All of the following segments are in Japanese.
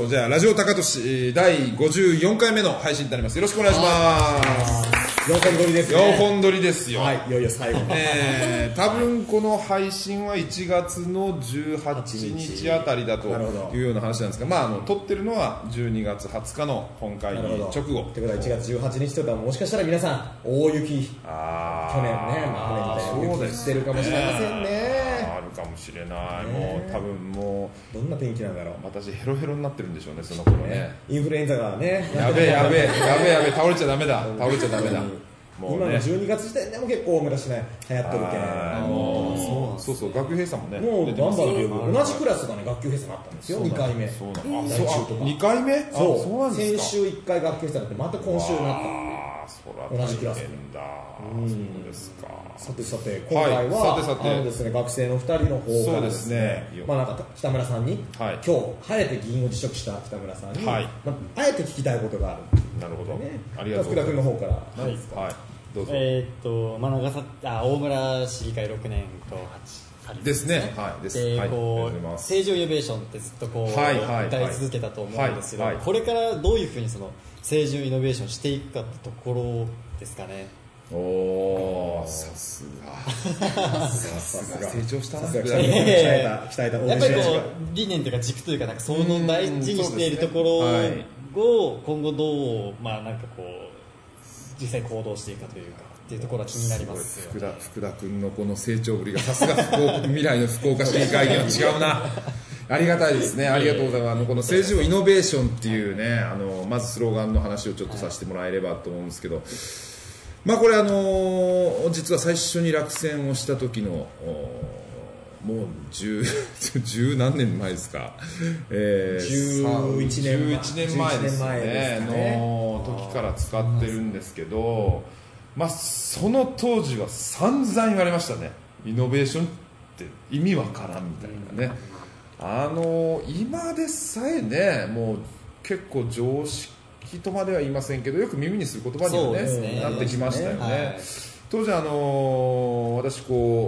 じゃあラジオ高俊第54回目の配信になります。よろしくお願いします。 4本撮りですね。 4本撮りですよ。 はい、いよいよ最後。 多分この配信は1月の18日あたりだというような話なんですが、撮ってるのは12月20日の本会議直後。ということは1月18日とかもしかしたら皆さん大雪、去年ね、雨みたいな雪してるかもしれませんね。 あるかもしれない。もう多分もうどんな天気なんだろう。 私ヘロヘロになってるんでしょうね、その頃ね。 インフルエンザがね。 やべえ倒れちゃダメだ。 もうね、今の12月時点でも結構昔ね流行ってるけん。 そう学級閉鎖もね。 もうバンバン同じクラスがね学級閉鎖になったんですよ。2回目。 そうなんです。2回目？ そうなんですか。先週1回学級閉鎖になってまた今週になった。同じクラスそうですか。 さて今回はですね、学生の2人の方からですね、北村さんに、今日晴れて議員を辞職した北村さんに、あえて聞きたいことがある。 なるほど。 ありがとうございます。福田君の方から何ですか。 どうぞ。 大村市議会6年と8 ですね。 で、政治イノベーションってずっと歌い続けたと思うんですけど、これからどういうふうにその政治イノベーションしていくかってところですかね。 さすが成長したな。 鍛えた。 やっぱり理念というか軸というかその大事にしているところを今後どう実際行動していくかというかっていうところは気になりますよね。 福田君のこの成長ぶりがさすが未来の福岡市議会議員は違うな。ありがたいですね。ありがとうございます。この政治をイノベーションっていうね、まずスローガンの話をちょっとさせてもらえればと思うんですけど、これ実は最初に落選をした時のもう十何年前ですか、 11 年前ですねの時から使ってるんですけど、その当時は散々言われましたね。イノベーションって意味わからんみたいなね。今でさえね、もう結構常識とまでは言いませんけど、よく耳にする言葉にはねなってきましたよね。当時私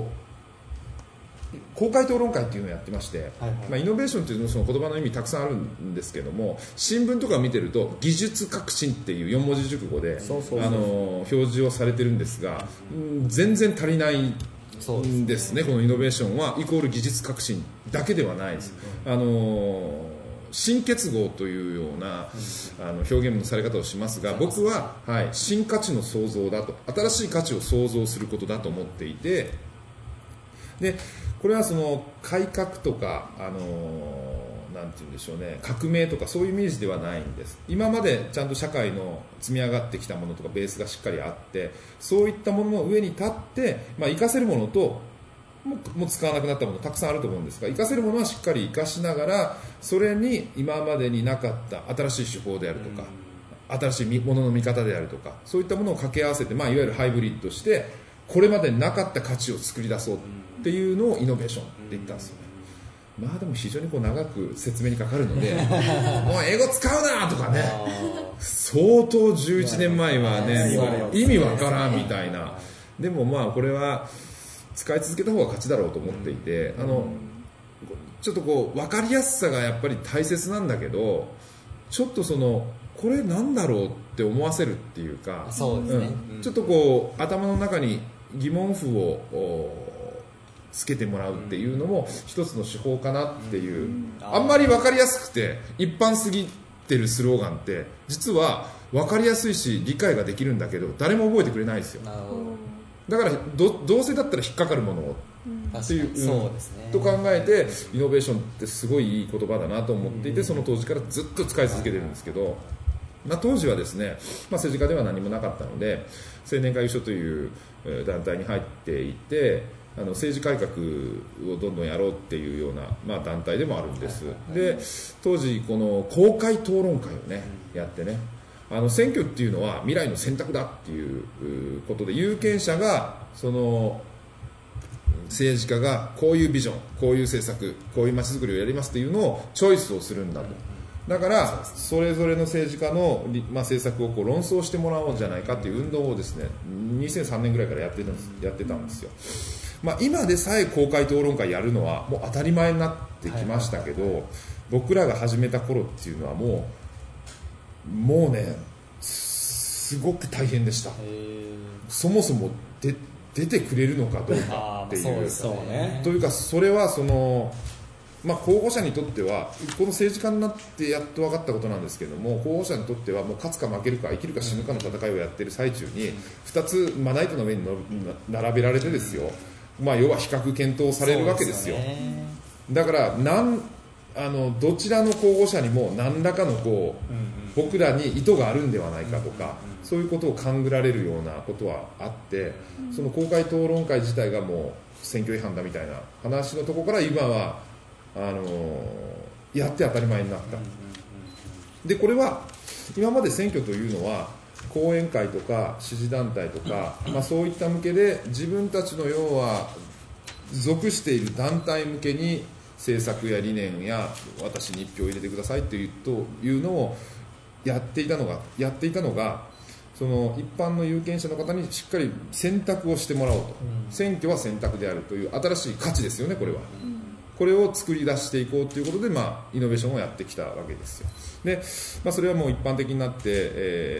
公開討論会っていうのをやってまして、イノベーションっていうその言葉の意味たくさんあるんですけども、新聞とか見てると技術革新っていう4文字熟語で表示をされてるんですが、全然足りないんですね。このイノベーションはイコール技術革新だけではないです。新結合というような表現のされ方をしますが、僕は、新価値の創造だと、新しい価値を創造することだと思っていて、でこれはその改革とかなんて言うんでしょうね、革命とかそういうイメージではないんです。今までちゃんと社会の積み上がってきたものとかベースがしっかりあって、そういったものの上に立って、活かせるものともう使わなくなったものたくさんあると思うんですが、活かせるものはしっかり活かしながら、それに今までになかった新しい手法であるとか、新しいものの見方であるとか、そういったものを掛け合わせて、いわゆるハイブリッドしてこれまでなかった価値を作り出そうっていうのをイノベーションって言ったんですよね。でも非常に長く説明にかかるのでもう英語使うなとかね、相当11年前はね、もう意味わからんみたいな。でもこれは使い続けた方が勝ちだろうと思っていて、ちょっと分かりやすさがやっぱり大切なんだけど、ちょっとこれなんだろうって思わせるっていうか、 そうですね、 ちょっと頭の中に疑問符をつけてもらうっていうのも一つの手法かなっていう、あんまり分かりやすくて一般すぎてるスローガンって実は分かりやすいし理解ができるんだけど誰も覚えてくれないですよ。だからどうせだったら引っかかるものをっていう、と考えてイノベーションってすごいいい言葉だなと思っていて、その当時からずっと使い続けてるんですけど、当時はですね、政治家では何もなかったので青年会議所という団体に入っていて、政治改革をどんどんやろうっていうような、団体でもあるんです。で当時この公開討論会をねやってね、選挙っていうのは未来の選択だっていうことで、有権者がその政治家がこういうビジョン、こういう政策、こういう街づくりをやりますっていうのをチョイスをするんだと。だからそれぞれの政治家の、政策を論争してもらおうじゃないかっていう運動をですね、2003年ぐらいからやってたんですよ。今でさえ公開討論会やるのはもう当たり前になってきましたけど、 僕らが始めた頃っていうのはもうねすごく大変でした。そもそも出てくれるのかどうかっていう、というかそれは候補者にとってはこの政治家になってやっと分かったことなんですけども、候補者にとってはもう勝つか負けるか生きるか死ぬかの戦いをやっている最中に2つまな板の上に並べられてですよ、要は比較検討されるわけですよ。だからどちらの候補者にも何らかの僕らに意図があるんではないかとか、そういうことを勘ぐられるようなことはあって、その公開討論会自体がもう選挙違反だみたいな話のところから今はやって当たり前になった。でこれは今まで選挙というのは後援会とか支持団体とか、そういった向けで自分たちの要は属している団体向けに政策や理念や私に1票入れてくださいというのをやっていたのがその一般の有権者の方にしっかり選択をしてもらおうと、選挙は選択であるという新しい価値ですよね。これはこれを作り出していこうということで、イノベーションをやってきたわけですよ。で、それはもう一般的になって、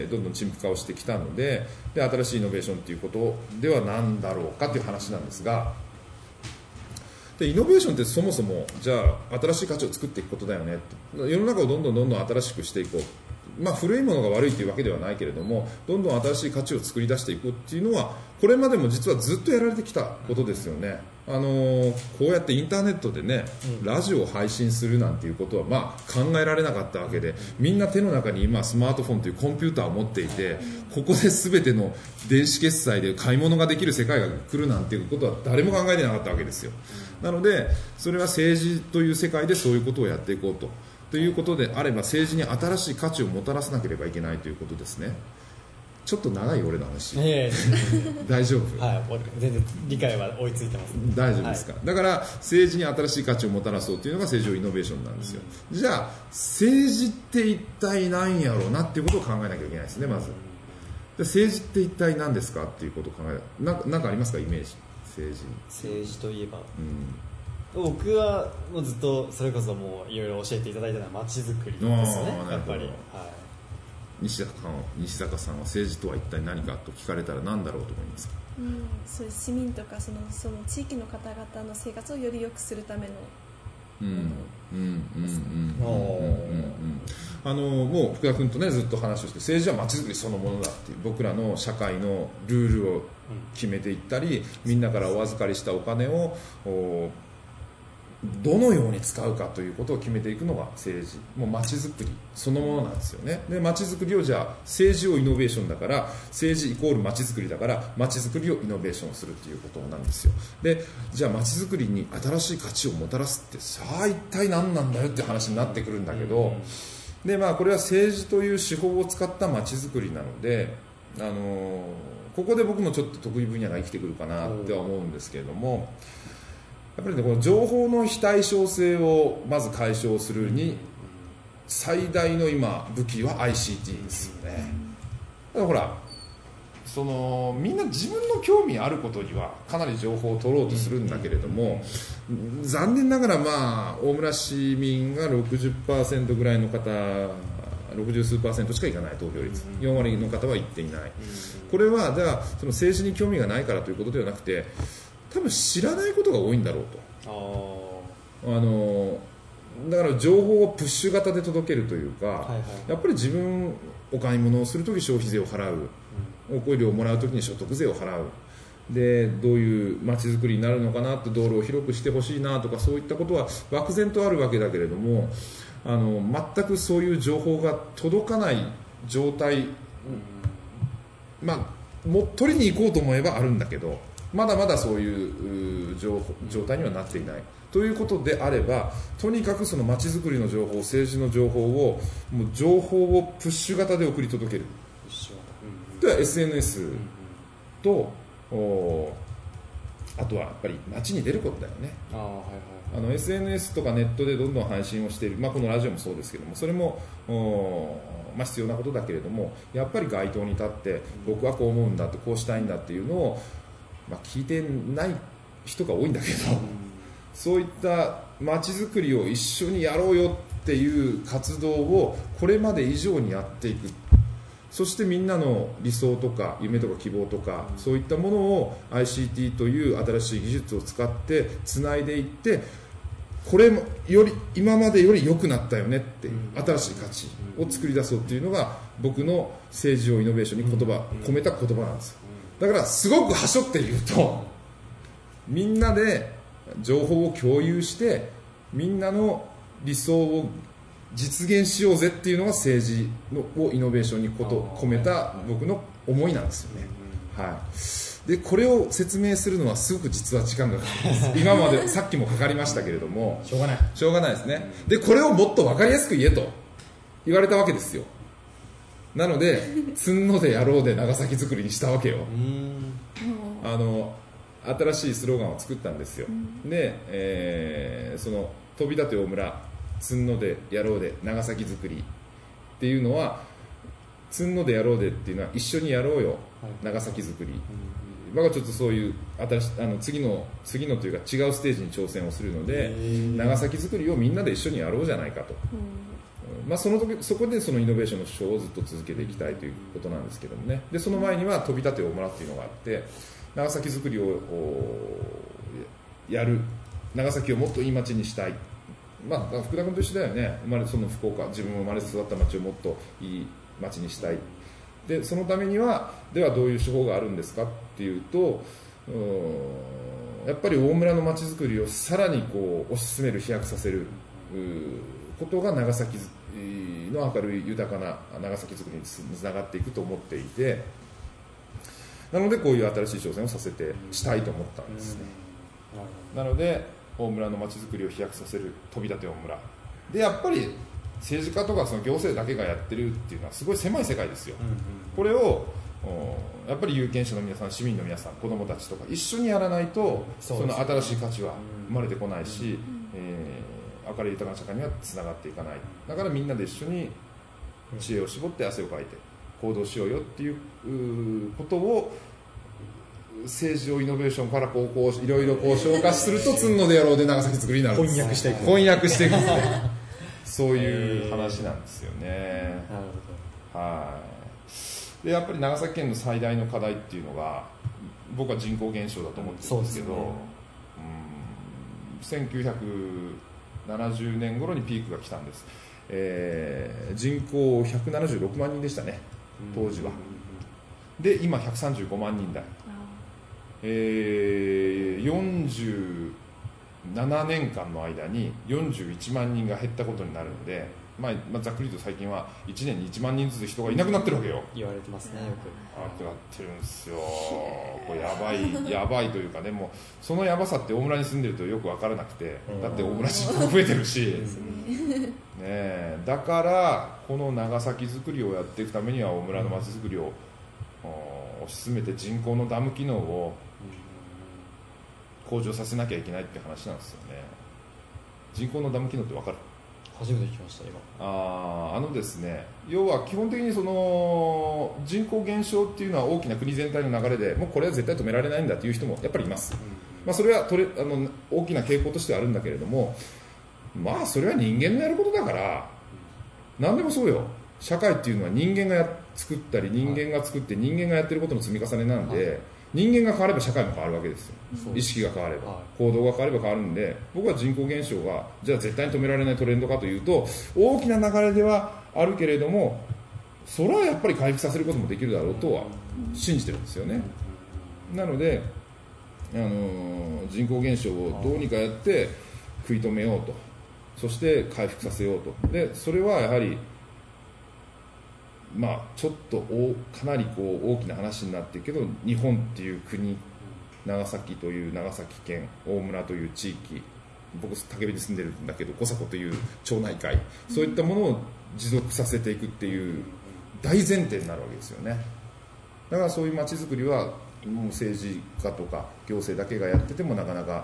どんどん陳腐化をしてきたので、新しいイノベーションということでは何だろうかという話なんですが、でイノベーションってそもそもじゃあ新しい価値を作っていくことだよねと、世の中をどんどん新しくしていこう、古いものが悪いというわけではないけれども、どんどん新しい価値を作り出していくっていうのはこれまでも実はずっとやられてきたことですよね。こうやってインターネットでね、ラジオを配信するなんていうことは考えられなかったわけで、みんな手の中に今スマートフォンというコンピューターを持っていて、ここで全ての電子決済で買い物ができる世界が来るなんていうことは誰も考えてなかったわけですよ。なのでそれは政治という世界でそういうことをやっていこうということであれば、政治に新しい価値をもたらさなければいけないということですね。ちょっと長い俺の話、大丈夫？ はい、全然理解は追いついてます、ね、 大丈夫ですか？だから政治に新しい価値をもたらそうというのが政治イノベーションなんですよ。じゃあ政治って一体何やろうなっていうことを考えなきゃいけないですね。まずで政治って一体何ですかっていうことを考えなんかありますか？イメージ。 政治といえば、僕はもうずっとそれこそもういろいろ教えていただいたのは街づくりですね。やっぱり、 西坂さんは政治とは一体何かと聞かれたら何だろうと思いますか？ そういう市民とかその地域の方々の生活をより良くするためのもう福田君とねずっと話をして、政治は街づくりそのものだっていう、僕らの社会のルールを決めていったり、みんなからお預かりしたお金をどのように使うかということを決めていくのが政治、もう街づくりそのものなんですよね。で街づくりをじゃあ政治をイノベーションだから、政治イコール街づくりだから街づくりをイノベーションするということなんですよ。でじゃあ街づくりに新しい価値をもたらすってさあ一体何なんだよって話になってくるんだけど、でこれは政治という手法を使った街づくりなので、ここで僕のちょっと得意分野が生きてくるかなっては思うんですけれども、やっぱりね、この情報の非対称性をまず解消するに最大の今武器は ICT ですよね。だからほらみんな自分の興味あることにはかなり情報を取ろうとするんだけれども、残念ながら大村市民が 60% ぐらいの方、60数%しかいかない投票率、4割の方は行っていない。これはじゃあその政治に興味がないからということではなくて、多分知らないことが多いんだろうと。だから情報をプッシュ型で届けるというか、やっぱり自分お買い物をするとき消費税を払う、お香料をもらうときに所得税を払う、でどういう街づくりになるのかなって、道路を広くしてほしいなとか、そういったことは漠然とあるわけだけれども、全くそういう情報が届かない状態、も取りに行こうと思えばあるんだけど、まだまだそういう状態にはなっていないということであれば、とにかくその街づくりの情報、政治の情報を情報をプッシュ型で送り届ける。では SNS とあとはやっぱり街に出ることだよね。SNS とかネットでどんどん配信をしている、このラジオもそうですけども、それも必要なことだけれども、やっぱり街頭に立って僕はこう思うんだって、こうしたいんだっていうのを聞いてない人が多いんだけど、そういった街づくりを一緒にやろうよっっていう活動をこれまで以上にやっていく。そしてみんなの理想とか夢とか希望とかそういったものを ICT という新しい技術を使ってつないでいって、これもより今までより良くなったよねっていう新しい価値を作り出そうっていうのが僕の政治をイノベーションに込めた言葉なんですよ。だからすごくはしょって言うと、みんなで情報を共有してみんなの理想を実現しようぜっていうのが政治をイノベーションに込めた僕の思いなんですよね。はい、でこれを説明するのはすごく実は時間がかかります今までさっきもかかりましたけれどもしょうがないですね。でこれをもっと分かりやすく言えと言われたわけですよ。なのでつんのでやろうで長崎作りにしたわけよ。新しいスローガンを作ったんですよ。で、その飛び立て大村つんのでやろうで長崎作りっていうのは、つんのでやろうでっていうのは一緒にやろうよ、長崎作り、僕はちょっとそういう次のというか違うステージに挑戦をするので、長崎作りをみんなで一緒にやろうじゃないかと、そこでそのイノベーションのショーをずっと続けていきたいということなんですけどもね。でその前には飛び立て大村っていうのがあって、長崎作りをやる、長崎をもっといい街にしたい、福田君と一緒だよね。その福岡、自分も生まれ育った街をもっといい街にしたい。でそのためにはではどういう手法があるんですかっていうと、やっぱり大村の街づくりをさらに推し進める、飛躍させることが長崎の明るい豊かな長崎づくりにつながっていくと思っていて、なのでこういう新しい挑戦をしたいと思ったんですね。なので大村の街づくりを飛躍させる飛び立て大村で、やっぱり政治家とかその行政だけがやってるっていうのはすごい狭い世界ですよ。これをやっぱり有権者の皆さん、市民の皆さん、子どもたちとか一緒にやらないと、その新しい価値は生まれてこないし、明るい豊かな社会にはつながっていかない。だからみんなで一緒に知恵を絞って汗をかいて行動しようよっていうことを、政治をイノベーションからいろいろ消化するとつんのでやろうで長崎作りになるんです。翻訳していくねそういう話なんですよね。 なるほど。 はい。でやっぱり長崎県の最大の課題っていうのが、僕は人口減少だと思ってるんですけど、1970年頃にピークが来たんです。人口176万人でしたね、当時は。で今135万人台、47年間の間に41万人が減ったことになるので、ざっくりと最近は1年に1万人ずつ人がいなくなってるわけよ。 言われてますね、よく。 なってるんですよ。これやばいというかね、もうそのやばさって大村に住んでるとよく分からなくて、だって大村人口増えてるしね、だからこの長崎づくりをやっていくためには大村の町づくりを推し進めて人口のダム機能を向上させなきゃいけないって話なんですよね。人口のダム機能って分かる？ 初めて聞きました今。 ですね、要は基本的にその人口減少っていうのは大きな国全体の流れで、もうこれは絶対止められないんだという人もやっぱりいます。それは大きな傾向としてはあるんだけれども、それは人間のやることだから、何でもそうよ。社会っていうのは人間が作ったり、人間が作って人間がやってることの積み重ねなんで、人間が変われば社会も変わるわけですよ。意識が変われば、行動が変われば変わるんで、僕は人口減少がじゃあ絶対に止められないトレンドかというと、大きな流れではあるけれども、それはやっぱり回復させることもできるだろうとは信じてるんですよね。なので人口減少をどうにかやって食い止めようと、そして回復させようと。でそれはやはりちょっとかなり大きな話になってるけど、日本っていう国、長崎という長崎県、大村という地域、僕武部に住んでるんだけど小迫という町内会、そういったものを持続させていくっていう大前提になるわけですよね。だからそういう街づくりはもう政治家とか行政だけがやっててもなかなか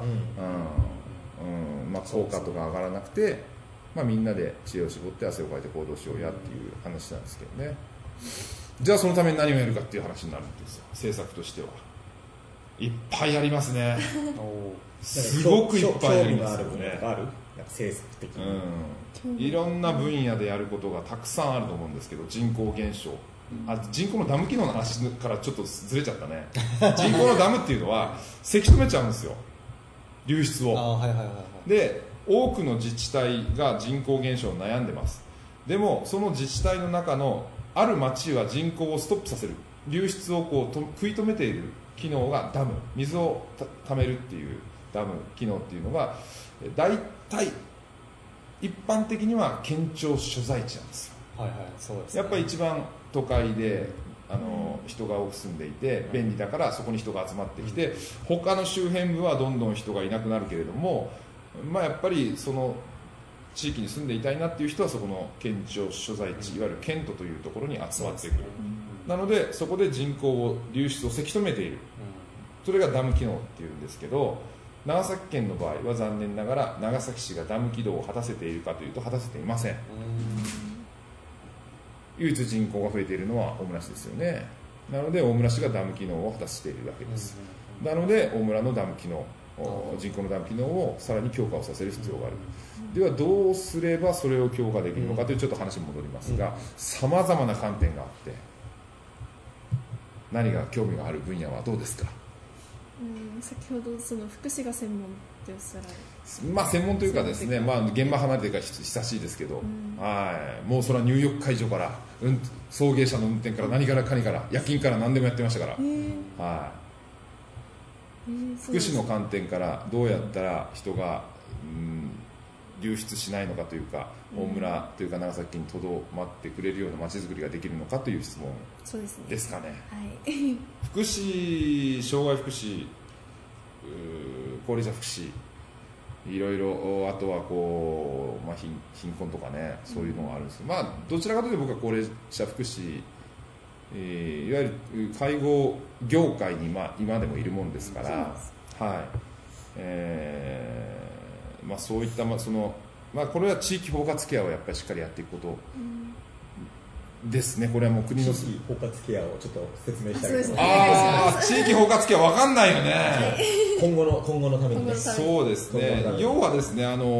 効果とか上がらなくて、みんなで知恵を絞って汗をかいて行動しようやっていう話なんですけどね。じゃあそのために何をやるかっていう話になるんですよ、政策としては。 いっぱいありますねすごくいっぱいありますよね。 政策的に、いろんな分野でやることがたくさんあると思うんですけど、人口減少、人口のダム機能の話からちょっとずれちゃったね人口のダムっていうのはせき止めちゃうんですよ、流出を。で多くの自治体が人口減少を悩んでます。でもその自治体の中のある町は人口をストップさせる、流出を食い止めている機能がダム、水をためるっていうダム機能っていうのが大体一般的には県庁所在地なんですよ。 そうですね、 やっぱり一番都会で人が多く住んでいて便利だからそこに人が集まってきて、他の周辺部はどんどん人がいなくなるけれども、やっぱりその地域に住んでいたいなっていう人はそこの県庁所在地、いわゆる県都というところに集まってくる。なのでそこで人口を流出をせき止めている、それがダム機能っていうんですけど、長崎県の場合は残念ながら長崎市がダム機能を果たせているかというと果たせていません。唯一人口が増えているのは大村市ですよね。なので大村市がダム機能を果たしているわけです。なので大村のダム機能、人口のダム機能をさらに強化をさせる必要がある。ではどうすればそれを強化できるのかというちょっと話に戻りますが、さまざまな観点があって、何が興味がある分野はどうですか？ 先ほどその福祉が専門っておっしゃられる、 専門というかですね、現場離れてから久しいですけど、もうそれは入浴介助から、送迎車の運転から何からかにから夜勤から何でもやってましたから、福祉の観点からどうやったら人が、流出しないのかというか、大村というか長崎にとどまってくれるような街づくりができるのかという質問ですかね。福祉、障害福祉、高齢者福祉、いろいろ、あとは貧困とかね、そういうのがあるんですけど、どちらかというと僕は高齢者福祉、いわゆる介護業界に今でもいるもんですから、そういったこれは地域包括ケアをやっぱりしっかりやっていくことですね。これはもう国の地域包括ケアをちょっと説明してあげて地域包括ケア分かんないよね、 今後のためにね。 そうですね、要はですね、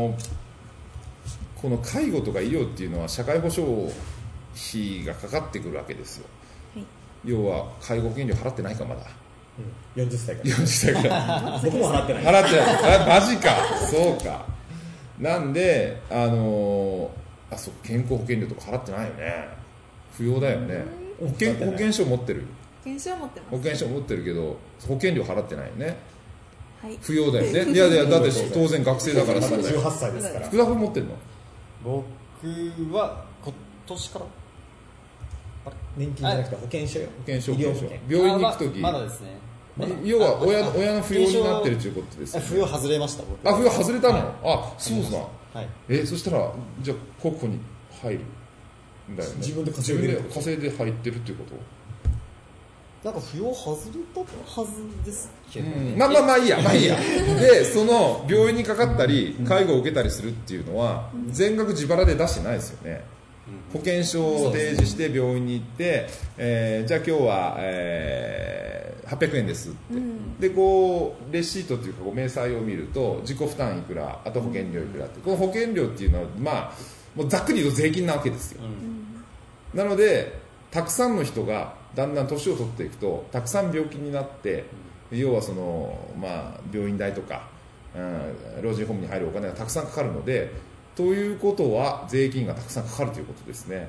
この介護とか医療っていうのは社会保障費がかかってくるわけですよ。要は介護保険料払ってないか、まだ 40歳から僕も払ってないマジか、そうか。なんで健康保険料とか払ってないよね。不要だよね。保険証持ってる？ 保険証持ってます。 保険証持ってるけど保険料払ってないよね。不要だよね。いやだって当然学生だからそうだよ。 18歳ですから。 福田君持ってるの？ 僕は今年から年金じゃなくて保険証よ。 病院に行くときまだですね。 要は親の扶養になってるということですよね。 扶養外れました。僕扶養外れたの？そうですか。そしたらじゃあ国庫に入るんだよね。 自分で稼いで入ってるっていうこと？ なんか扶養外れたはずですけどね。 いいやでその病院にかかったり介護を受けたりするっていうのは全額自腹で出してないですよね。保険証を提示して病院に行って、じゃあ今日は、800円ですって、でレシートというか明細を見ると自己負担いくら、あと保険料いくらって、この保険料っていうのはもうざっくり言うと税金なわけですよ。なのでたくさんの人がだんだん年を取っていくとたくさん病気になって、要はその、病院代とか、老人ホームに入るお金がたくさんかかるので、ということは税金がたくさんかかるということですね。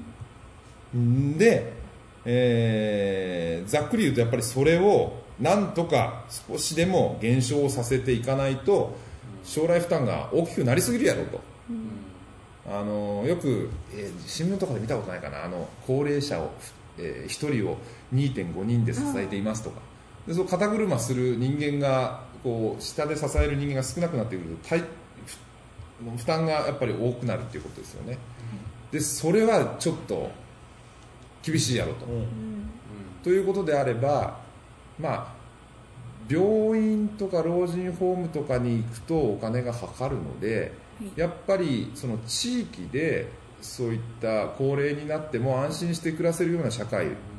で、ざっくり言うとやっぱりそれをなんとか少しでも減少させていかないと将来負担が大きくなりすぎるやろうと。よく、新聞とかで見たことないかな、高齢者を、1人を 2.5 人で支えていますとか、でその肩車する人間が下で支える人間が少なくなってくると負担がやっぱり多くなるっていうことですよね。でそれはちょっと厳しいやろと、ということであれば、病院とか老人ホームとかに行くとお金がかかるので、やっぱりその地域でそういった高齢になっても安心して暮らせるような社会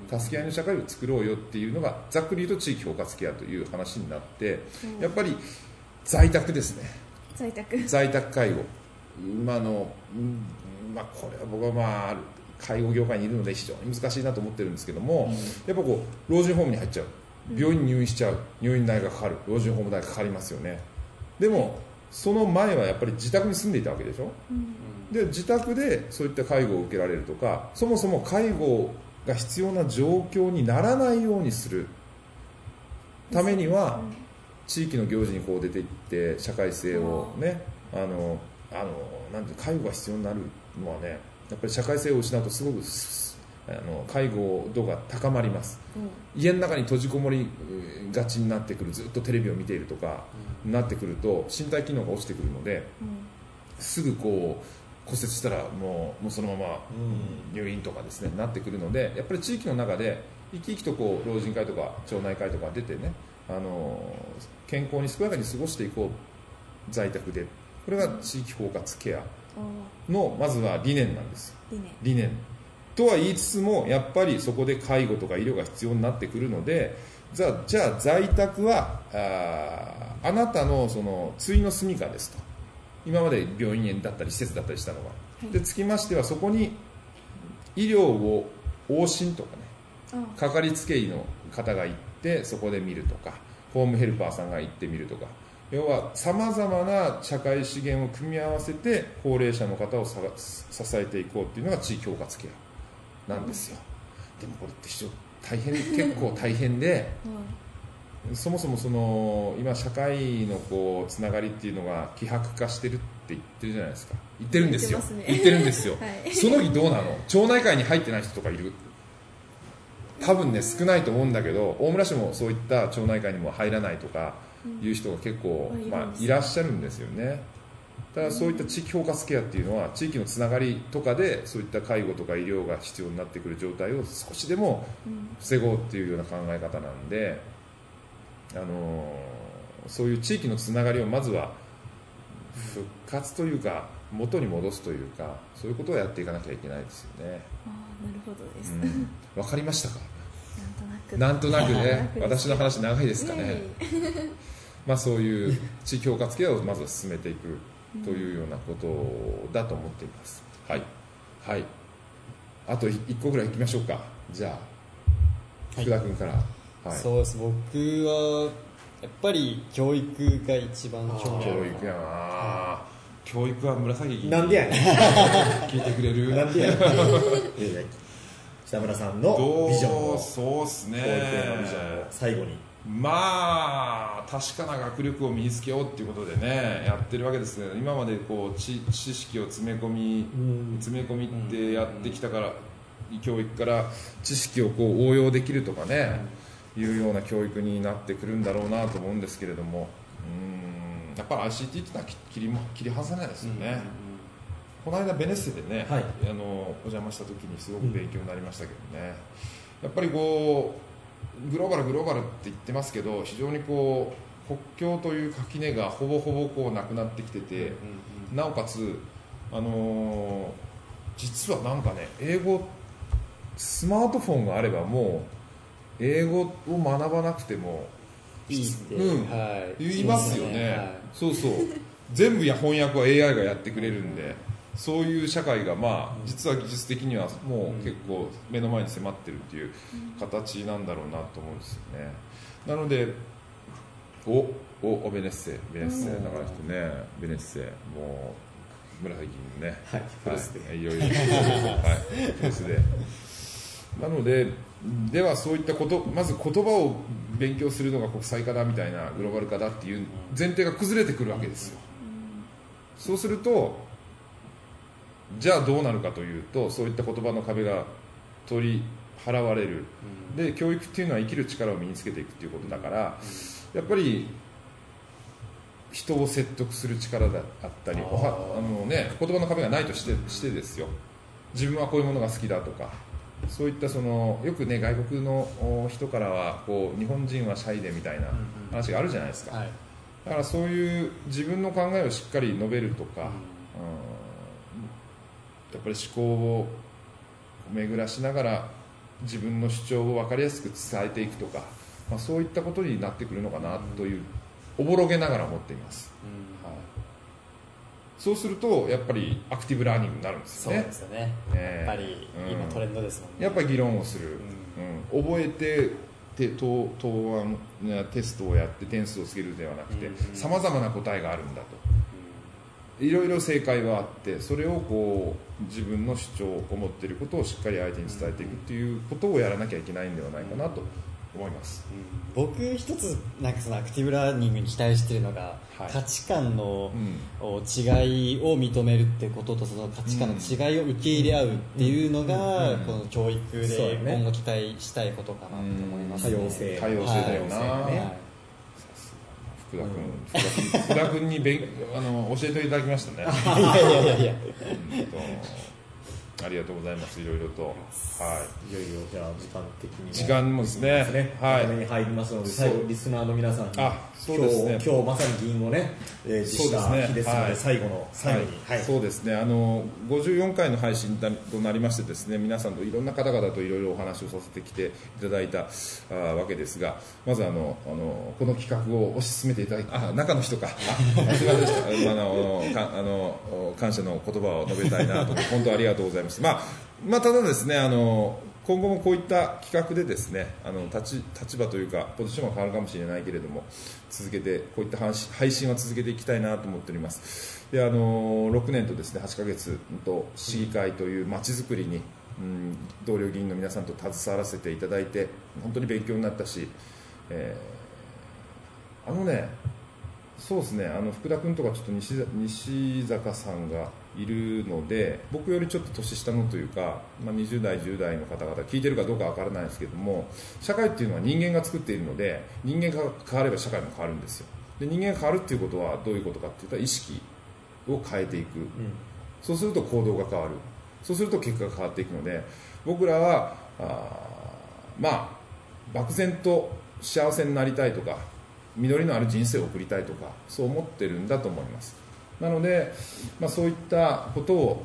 助け合いの社会を作ろうよっていうのがざっくり言うと地域包括ケアという話になって、やっぱり在宅ですね。在宅介護、今の、これは僕は介護業界にいるので非常に難しいなと思ってるんですけども、やっぱこう老人ホームに入っちゃう、病院に入院しちゃう、入院代がかかる、老人ホーム代がかかりますよね。でもその前はやっぱり自宅に住んでいたわけでしょ、で自宅でそういった介護を受けられるとか、そもそも介護が必要な状況にならないようにするためには、地域の行事にこう出ていって社会性をね、なんて介護が必要になるのはね、やっぱり社会性を失うとすごく介護度が高まります、家の中に閉じこもりがちになってくる、ずっとテレビを見ているとかなってくると身体機能が落ちてくるので、すぐこう骨折したらもうそのまま入院とかですねなってくるので、やっぱり地域の中で生き生きとこう老人会とか町内会とか出てね、健康に健やかに過ごしていこう、在宅で。これが地域包括ケアのまずは理念なんです。理念とは言いつつも、やっぱりそこで介護とか医療が必要になってくるので、じゃあ在宅はあなたのその対の住処ですと。今まで病院だったり施設だったりしたのは、でつきましてはそこに医療を往診とかね、かかりつけ医の方が行ってそこで見るとか、ホームヘルパーさんが行ってみるとか、要はさまざまな社会資源を組み合わせて高齢者の方を支えていこうっていうのが地域包括ケアなんですよ。でもこれって結構大変で、そもそもその今社会のこうつながりっていうのが希薄化してるって言ってるじゃないですか。言ってるんですよ。言ってるんですよ。その日どうなの？町内会に入ってない人とかいる？多分ね少ないと思うんだけど、大村市もそういった町内会にも入らないとかいう人が結構、いらっしゃるんですよね。ただそういった地域包括ケアっていうのは地域のつながりとかでそういった介護とか医療が必要になってくる状態を少しでも防ごうっていうような考え方なんで、そういう地域のつながりをまずは復活というか元に戻すというか、そういうことをやっていかなきゃいけないですよね。 なるほどです。 わかりましたか？なんとなくね私の話長いですかね。そういう地域包括ケアをまずは進めていくというようなことだと思っています。はいはい。あと1個ぐらいいきましょうか。じゃあ福田君から。 そうです。僕はやっぱり教育が一番興味ある。 教育やな。教育は紫議員なんでやねん聞いてくれる？ なんでやねん北村さんのビジョンを、 そうですね、 教育へのビジョンを最後に確かな学力を身につけようっていうことでねやってるわけですね。今までこう知識を詰め込みってやってきたから、教育から知識をこう応用できるとかね、いうような教育になってくるんだろうなと思うんですけれども、やっぱり ICT ってのは切り離せないですよね。この間ベネッセでね、お邪魔した時にすごく勉強になりましたけどね、やっぱりこうグローバルって言ってますけど、非常にこう国境という垣根がほぼこうなくなってきてて、なおかつ実はなんかね、スマートフォンがあればもう英語を学ばなくてもいいって、 言いますよね。そう全部翻訳は AI がやってくれるんで、そういう社会が実は技術的にはもう結構目の前に迫ってるっていう形なんだろうなと思うんですよね。なのでベネッセだからね、ベネッセもう紫のね、 フルスでいろいろフルスでなのではそういったことまず言葉を勉強するのが国際化だみたいなグローバル化だっていう前提が崩れてくるわけですよ。そうするとじゃあどうなるかというと、そういった言葉の壁が取り払われる。で教育っていうのは生きる力を身につけていくっていうことだから、やっぱり人を説得する力だったり、言葉の壁がないとしてですよ、自分はこういうものが好きだとか、そういったよくね外国の人からはこう日本人はシャイでみたいな話があるじゃないですか。だからそういう自分の考えをしっかり述べるとか、やっぱり思考を巡らしながら自分の主張を分かりやすく伝えていくとか、そういったことになってくるのかなという、おぼろげながら思っています、はい、そうするとやっぱりアクティブラーニングになるんですよね。 そうですよね、やっぱり今トレンドですもんね。 やっぱり議論をする、覚えて答案やテストをやって点数をつけるではなくて、さまざまな答えがあるんだと、いろいろ正解はあって、それをこう自分の主張を思っていることをしっかり相手に伝えていくということをやらなきゃいけないんではないかなと思います。 僕一つなんかそのアクティブラーニングに期待しているのが、価値観の違いを認めるってことと、その価値観の違いを受け入れ合うっていうのが、この教育で今後期待したいことかなと思います、ね。 多様性だよな。福田君に教えていただきましたね。 いやありがとうございます。いろいろと、はい。 いよいよじゃあ時間的にも時間もですね。 はい。に入りますので、最後リスナーの皆さんにそうですね。 今日まさに議員をね実施した日ですので、最後に、 そうですね。54回の配信となりましてですね、皆さんといろんな方々といろいろお話をさせてきていただいたわけですが、まずこの企画を推し進めていただいた中の人か、すみませんでした。感謝の言葉を述べたいなと、本当ありがとうございます。まあただですね、今後もこういった企画でですね、立場というかポジションは変わるかもしれないけれども、続けてこういった配信は続けていきたいなと思っております。で6年とですね8ヶ月と市議会というまちづくりに、同僚議員の皆さんと携わらせていただいて本当に勉強になったし、そうですね、福田君とかちょっと西坂さんがいるので、僕よりちょっと年下のというか、20代10代の方々聞いてるかどうかわからないですけども、社会っていうのは人間が作っているので、人間が変われば社会も変わるんですよ。で人間が変わるっていうことはどういうことかっていうと、意識を変えていく、そうすると行動が変わる、そうすると結果が変わっていくので、僕らは漠然と幸せになりたいとか実りのある人生を送りたいとか、そう思ってるんだと思います。なので、そういったことを、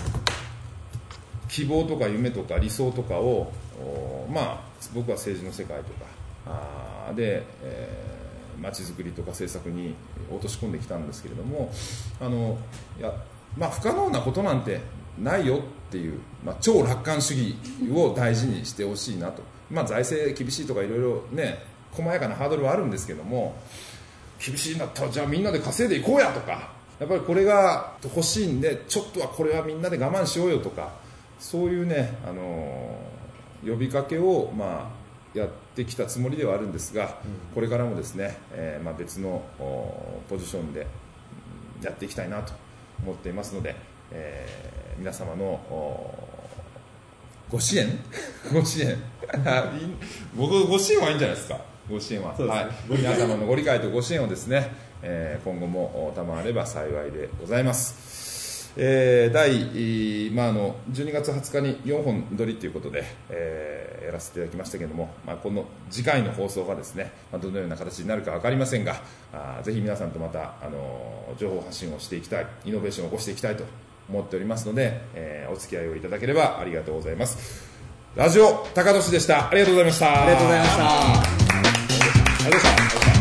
希望とか夢とか理想とかを、僕は政治の世界とかでまちづくりとか政策に落とし込んできたんですけれども、不可能なことなんてないよっていう、超楽観主義を大事にしてほしいなと。財政厳しいとかいろいろね、細やかなハードルはあるんですけども、厳しいんだったらじゃあみんなで稼いでいこうやとか、やっぱりこれが欲しいんでちょっとはこれはみんなで我慢しようよとか、そういうね、呼びかけをやってきたつもりではあるんですが、これからもですね、別のポジションでやっていきたいなと思っていますので、皆様のご支援僕ご支援はいいんじゃないですか。ご支援は、皆様のご理解とご支援をですね、今後も賜れば幸いでございます。12月20日に4本撮りということで、やらせていただきましたけれども、この次回の放送がですね、どのような形になるか分かりませんが、ぜひ皆さんとまた情報発信をしていきたい、イノベーションを起こしていきたいと思っておりますので、お付き合いをいただければありがとうございます。ラジオ高俊でした。ありがとうございました。 ありがとうございました。 ありがとうございました。